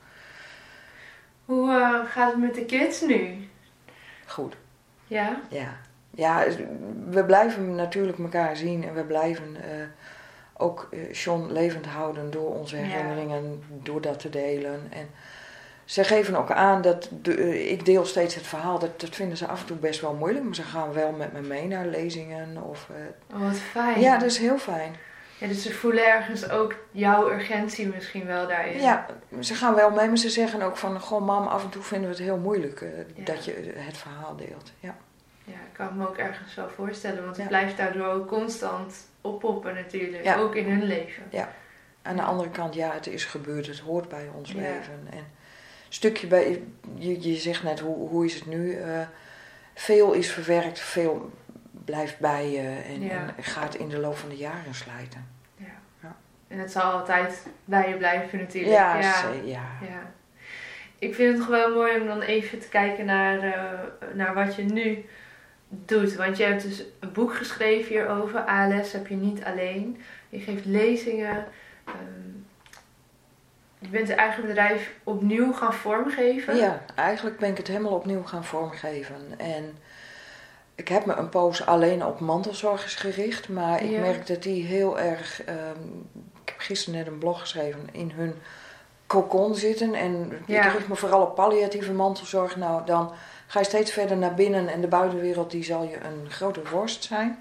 Hoe uh, gaat het met de kids nu? Goed. Ja? Ja. Ja, we blijven natuurlijk elkaar zien en we blijven uh, ook uh, John levend houden door onze herinneringen, ja. door dat te delen. En ze geven ook aan dat de, uh, ik deel steeds het verhaal, dat, dat vinden ze af en toe best wel moeilijk, maar ze gaan wel met me mee naar lezingen. Of, uh, oh, wat fijn. Ja, dat is heel fijn. Ja, dus ze voelen ergens ook jouw urgentie misschien wel daarin. Ja, ze gaan wel mee, maar ze zeggen ook van, goh mam, af en toe vinden we het heel moeilijk uh, ja. dat je het verhaal deelt. Ja. Ja, ik kan me ook ergens wel voorstellen, want het ja. blijft daardoor ook constant oppoppen natuurlijk, ja. ook in hun leven. Ja, aan de andere kant, ja, het is gebeurd, het hoort bij ons ja. leven. En een stukje bij, je, je zegt net, hoe, hoe is het nu? Uh, veel is verwerkt, veel blijft bij je en, ja. en gaat in de loop van de jaren slijten. Ja. Ja. En het zal altijd bij je blijven natuurlijk. Ja, ja. Ze, ja. ja. Ik vind het gewoon mooi om dan even te kijken naar, uh, naar wat je nu doet. Want je hebt dus een boek geschreven hierover. A L S heb je niet alleen. Je geeft lezingen. Um, je bent je eigen bedrijf opnieuw gaan vormgeven. Ja, eigenlijk ben ik het helemaal opnieuw gaan vormgeven. En ik heb me een poos alleen op mantelzorgers gericht. Maar ik ja. merk dat die heel erg... Um, ik heb gisteren net een blog geschreven in hun cocon zitten. En ja. ik richt me vooral op palliatieve mantelzorg. Nou, dan ga je steeds verder naar binnen en de buitenwereld die zal je een grote worst zijn.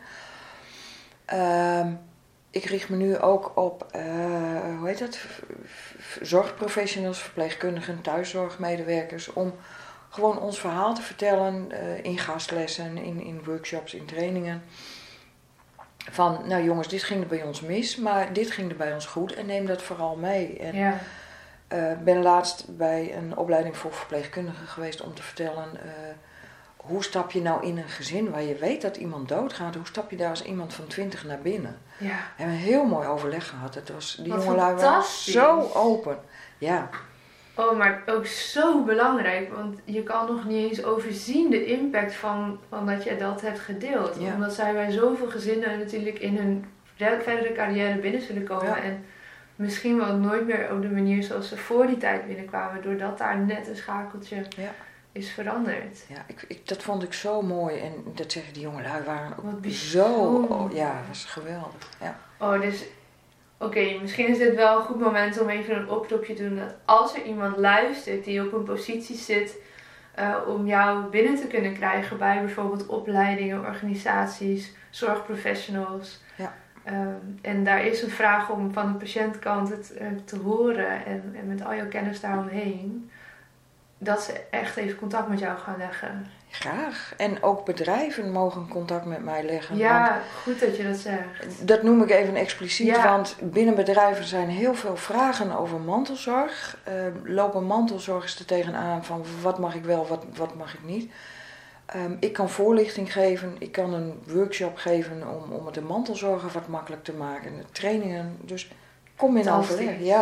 Uh, ik richt me nu ook op, uh, hoe heet dat, zorgprofessionals, verpleegkundigen, thuiszorgmedewerkers, om gewoon ons verhaal te vertellen uh, in gastlessen, in, in workshops, in trainingen. Van, nou jongens, dit ging er bij ons mis, maar dit ging er bij ons goed en neem dat vooral mee. En, ja. Ik uh, ben laatst bij een opleiding voor verpleegkundigen geweest om te vertellen... Uh, hoe stap je nou in een gezin waar je weet dat iemand doodgaat? Hoe stap je daar als iemand van twintig naar binnen? Ja. We hebben een heel mooi overleg gehad. Het was, die Wat jongelui waren zo open. Ja. Oh, maar ook zo belangrijk. Want je kan nog niet eens overzien de impact van, van dat je dat hebt gedeeld. Ja. Omdat zij bij zoveel gezinnen natuurlijk in hun verdere carrière binnen zullen komen. Ja. En misschien wel nooit meer op de manier zoals ze voor die tijd binnenkwamen. Doordat daar net een schakeltje ja. is veranderd. Ja, ik, ik, dat vond ik zo mooi. En dat zeggen die jongelui waren ook Wat zo... Oh, ja, dat was geweldig. Ja. Oh, dus... Oké, okay, misschien is dit wel een goed moment om even een oproepje te doen. Dat als er iemand luistert die op een positie zit... Uh, om jou binnen te kunnen krijgen bij bijvoorbeeld opleidingen, organisaties, zorgprofessionals... Ja. Um, en daar is een vraag om van de patiëntkant het uh, te horen en, en met al jouw kennis daaromheen, dat ze echt even contact met jou gaan leggen. Graag. En ook bedrijven mogen contact met mij leggen. Ja, goed dat je dat zegt. Dat noem ik even expliciet, ja. want binnen bedrijven zijn heel veel vragen over mantelzorg. Uh, lopen mantelzorgers er tegenaan van wat mag ik wel, wat, wat mag ik niet. Um, ik kan voorlichting geven, ik kan een workshop geven om, om het de mantelzorger wat makkelijk te maken. Trainingen, dus kom in overleg. Ja.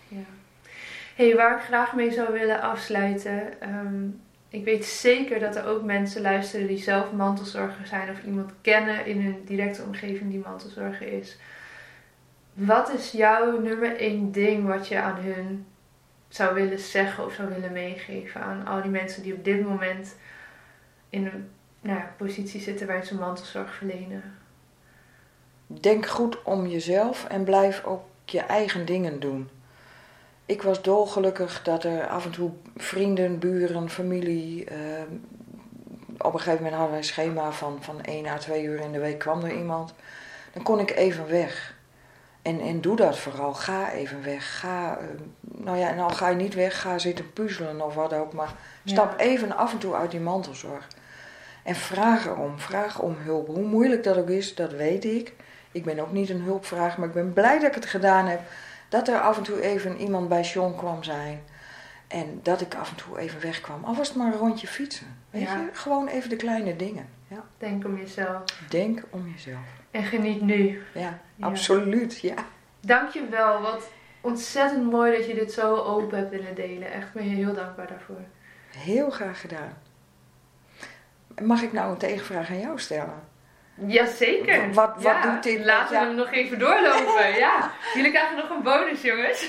ja. Hey, waar ik graag mee zou willen afsluiten. Um, ik weet zeker dat er ook mensen luisteren die zelf mantelzorger zijn of iemand kennen in hun directe omgeving die mantelzorger is. Wat is jouw nummer één ding wat je aan hun zou willen zeggen of zou willen meegeven aan al die mensen die op dit moment in een nou ja, positie zitten waar ze mantelzorg verlenen? Denk goed om jezelf en blijf ook je eigen dingen doen. Ik was dolgelukkig dat er af en toe vrienden, buren, familie... Uh, op een gegeven moment hadden wij een schema van, van één à twee uur in de week kwam er iemand. Dan kon ik even weg. En, en doe dat vooral. Ga even weg. Ga, uh, nou ja, en al ga je niet weg, ga zitten puzzelen of wat ook. Maar stap ja. even af en toe uit die mantelzorg. En vraag erom. Vraag om hulp. Hoe moeilijk dat ook is, dat weet ik. Ik ben ook niet een hulpvraag, maar ik ben blij dat ik het gedaan heb. Dat er af en toe even iemand bij John kwam zijn. En dat ik af en toe even wegkwam. Al was het maar een rondje fietsen. Weet ja. je? Gewoon even de kleine dingen. Ja. Denk om jezelf. Denk om jezelf. En geniet nu. Ja, ja. absoluut. Ja. Dank je wel. Wat ontzettend mooi dat je dit zo open hebt willen delen. Echt, ben je heel dankbaar daarvoor. Heel graag gedaan. Mag ik nou een tegenvraag aan jou stellen? Jazeker. Wat, wat, ja, wat doet dit? Laten we ja. hem nog even doorlopen. Ja. Jullie krijgen nog een bonus, jongens.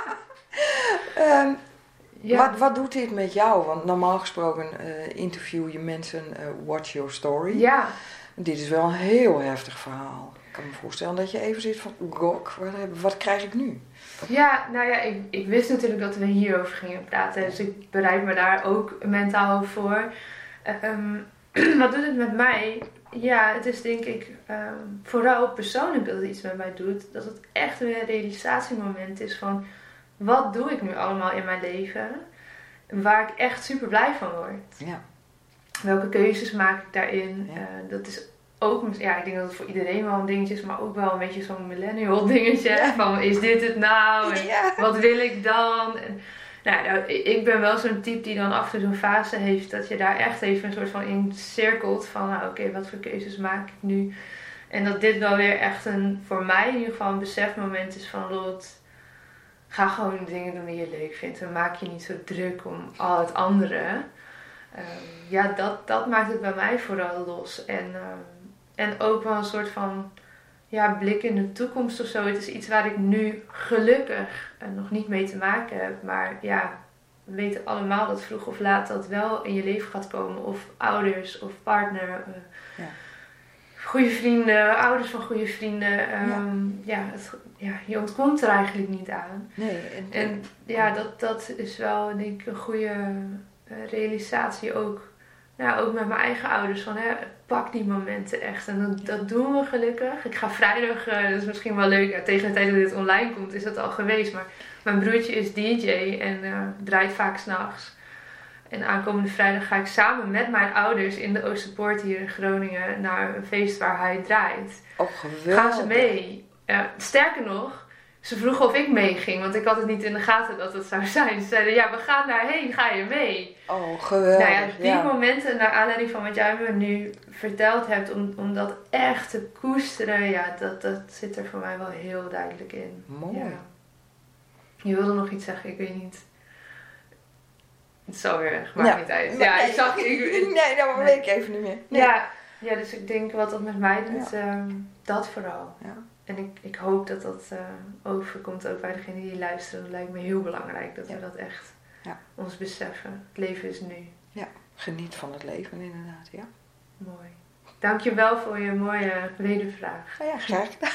um, ja. wat, wat doet dit met jou? Want normaal gesproken uh, interview je mensen, uh, watch your story. Ja. Dit is wel een heel heftig verhaal. Ik kan me voorstellen dat je even zit van, gok, wat, wat krijg ik nu? Ja, nou ja, ik, ik wist natuurlijk dat we hierover gingen praten. Dus ik bereid me daar ook mentaal voor. Um, wat doet het met mij? Ja, het is denk ik um, vooral persoonlijk dat het iets met mij doet. Dat het echt een realisatiemoment is van, wat doe ik nu allemaal in mijn leven? Waar ik echt super blij van word. Ja. Welke keuzes maak ik daarin? Ja. Uh, dat is ook, ja, ik denk dat het voor iedereen wel een dingetje is, maar ook wel een beetje zo'n millennial dingetje. Ja. Van, is dit het nou? En ja. Wat wil ik dan? En, nou, nou, ik ben wel zo'n type die dan af en toe zo'n fase heeft dat je daar echt even een soort van in cirkelt van, nou, oké, okay, wat voor keuzes maak ik nu? En dat dit wel weer echt een, voor mij in ieder geval een besefmoment is van, Lot, ga gewoon de dingen doen die je leuk vindt en maak je niet zo druk om al het andere. Um, ja, dat, dat maakt het bij mij vooral los. En, um, en ook wel een soort van ja, blik in de toekomst of zo. Het is iets waar ik nu gelukkig uh, nog niet mee te maken heb. Maar ja, we weten allemaal dat vroeg of laat dat wel in je leven gaat komen. Of ouders of partner. Uh, ja. Goede vrienden, ouders van goede vrienden. Um, ja. Ja, het, ja, je ontkomt er eigenlijk niet aan. Nee, en, en ja, dat, dat is wel denk ik een goede uh, realisatie ook. Nou, ook met mijn eigen ouders. Van, hè, pak die momenten echt. En dat, dat doen we gelukkig. Ik ga vrijdag, uh, dat is misschien wel leuk. Ja, tegen de tijd dat dit online komt is dat al geweest. Maar mijn broertje is D J en uh, draait vaak 's nachts. En aankomende vrijdag ga ik samen met mijn ouders in de Oosterpoort hier in Groningen naar een feest waar hij draait. Oh, geweldig. Gaan ze mee? Uh, sterker nog, ze vroegen of ik meeging, want ik had het niet in de gaten dat het zou zijn. Ze zeiden, ja, we gaan daarheen, ga je mee? Oh, geweldig. Nou ja, die ja. momenten, naar aanleiding van wat jij me nu verteld hebt, om, om dat echt te koesteren, ja, dat, dat zit er voor mij wel heel duidelijk in. Mooi. Ja. Je wilde nog iets zeggen, ik weet niet. Het is alweer weg, maakt ja. niet uit. Ja, nee, ik zag... Ik, ik, nee, dat weet ik even niet meer. Nee. Ja, ja, dus ik denk wat dat met mij doet, ja. um, dat vooral. Ja. En ik, ik hoop dat dat uh, overkomt ook bij degenen die luisteren. Dat lijkt me heel belangrijk dat ja. we dat echt ja. ons beseffen. Het leven is nu. Ja, geniet van het leven inderdaad, ja. Mooi. Dankjewel voor je mooie wedervraag. Nou ja, graag gedaan.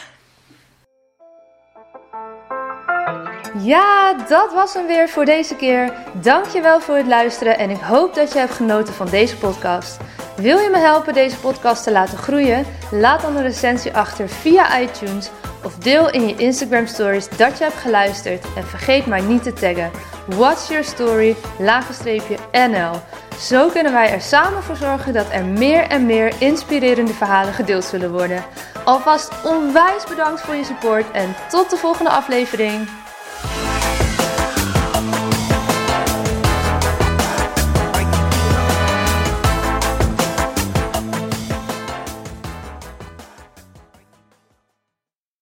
Ja, dat was hem weer voor deze keer. Dankjewel voor het luisteren en ik hoop dat je hebt genoten van deze podcast. Wil je me helpen deze podcast te laten groeien? Laat dan een recensie achter via iTunes of deel in je Instagram stories dat je hebt geluisterd en vergeet mij niet te taggen. What's your story, laagstreepje N L. Zo kunnen wij er samen voor zorgen dat er meer en meer inspirerende verhalen gedeeld zullen worden. Alvast onwijs bedankt voor je support en tot de volgende aflevering.